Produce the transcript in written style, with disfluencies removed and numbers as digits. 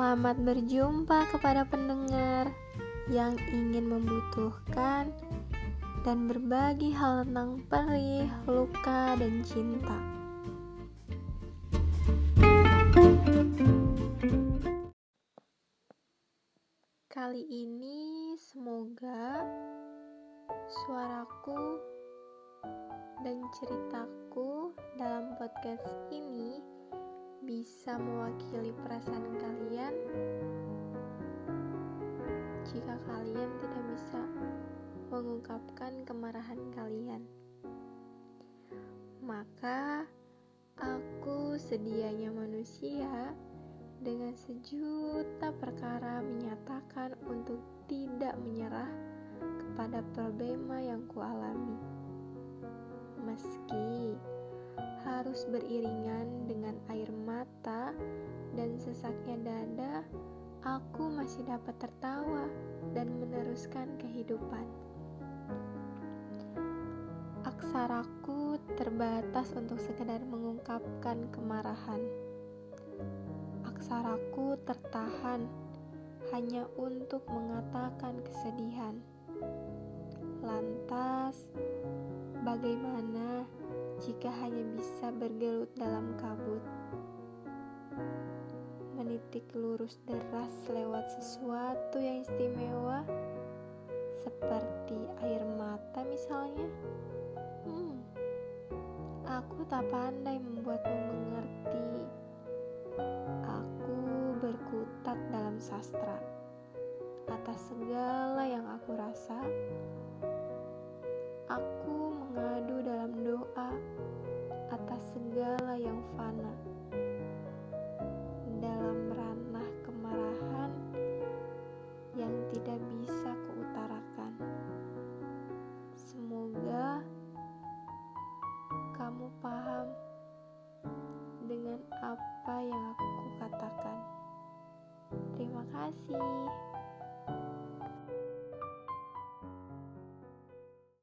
Selamat berjumpa kepada pendengar yang ingin membutuhkan dan berbagi hal tentang perih, luka, dan cinta. Kali ini semoga suaraku dan ceritaku dalam podcast ini bisa mewakili perasaan kalian jika kalian tidak bisa mengungkapkan kemarahan kalian. Maka aku sedianya manusia dengan sejuta perkara menyatakan untuk tidak menyerah kepada problema yang kualami. Meski harus beriringan dengan air mata dan sesaknya dada, aku masih dapat tertawa dan meneruskan kehidupan. Aksaraku terbatas untuk sekedar mengungkapkan kemarahan. Aksaraku tertahan hanya untuk mengatakan kesedihan. Lantas, bagaimana jika hanya bisa bergelut dalam kabut, menitik lurus deras lewat sesuatu yang istimewa, seperti air mata misalnya? Aku tak pandai membuatmu mengerti. Aku berkutat dalam sastra atas segala yang aku rasa. Aku mengadu dalam doa atas segala yang fana. Dalam ranah kemarahan yang tidak bisa kuutarakan. Semoga kamu paham dengan apa yang aku katakan. Terima kasih.